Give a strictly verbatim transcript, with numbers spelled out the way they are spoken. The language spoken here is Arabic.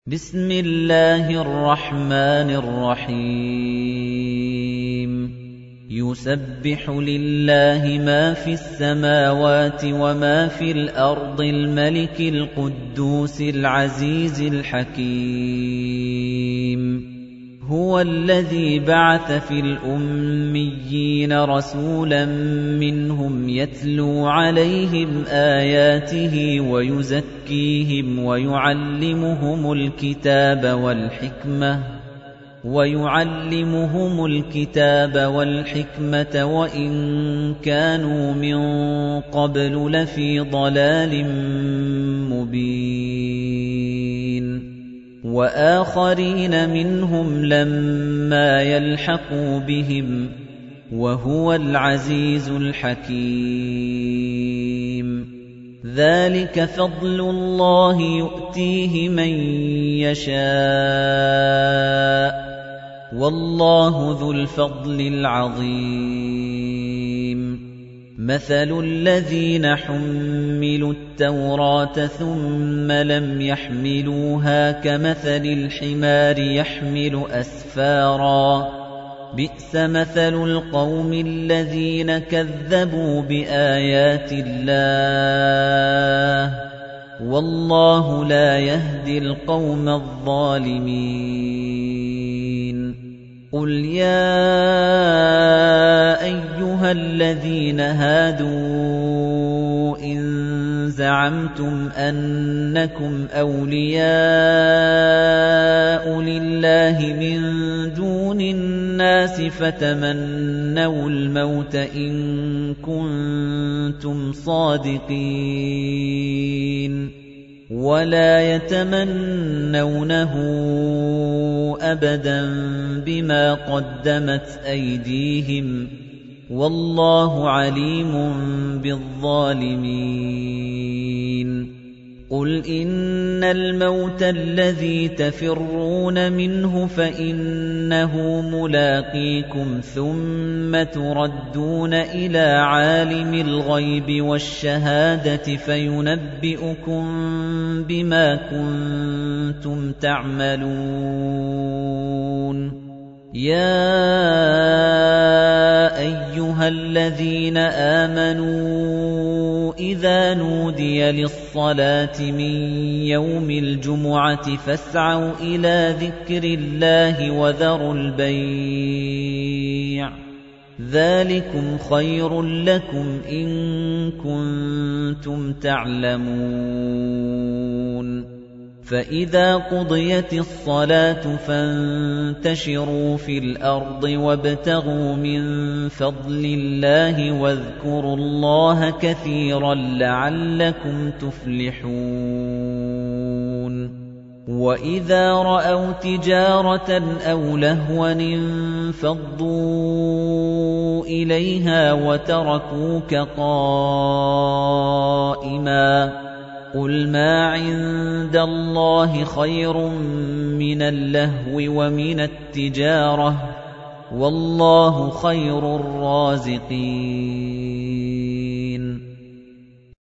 بسم الله الرحمن الرحيم يسبح لله ما في السماوات وما في الأرض الملك القدوس العزيز الحكيم هو الذي بعث في الأميين رسولا منهم يتلو عليهم آياته ويزكيهم ويعلمهم الكتاب والحكمة ويعلمهم الكتاب والحكمة وإن كانوا من قبل لفي ضلال مبين وآخرين منهم لما يلحقوا بهم وهو العزيز الحكيم ذلك فضل الله يؤتيه من يشاء والله ذو الفضل العظيم مثل الذين حملوا التوراة ثم لم يحملوها كمثل الحمار يحمل أسفارا بئس مثل القوم الذين كذبوا بآيات الله والله لا يهدي القوم الظالمين قل يا أيها الذين هادوا إن زعمتم أنكم أولياء لله من دون الناس فتمنوا الموت إن كنتم صادقين ولا يتمنونه أبدا بما قدمت أيديهم والله عليم بالظالمين قل إن الموت الذي تفرون منه فإنه ملاقيكم ثم تردون إلى عالم الغيب والشهادة فينبئكم بما كنتم تعملون يا أيها الذين آمنوا إذا نودي للصلاة من يوم الجمعة فاسعوا إلى ذكر الله وذروا البيع ذلكم خير لكم إن كنتم تعلمون فإذا قضيت الصلاة فانتشروا في الأرض وابتغوا من فضل الله واذكروا الله كثيرا لعلكم تفلحون وإذا رأوا تجارة أو لهوا انفضوا إليها وتركوك قائما قُلْ مَا عِندَ اللَّهِ خَيْرٌ مِنَ اللَّهْوِ وَمِنَ التِّجَارَةِ ۚ وَاللَّهُ خَيْرُ الرَّازِقِينَ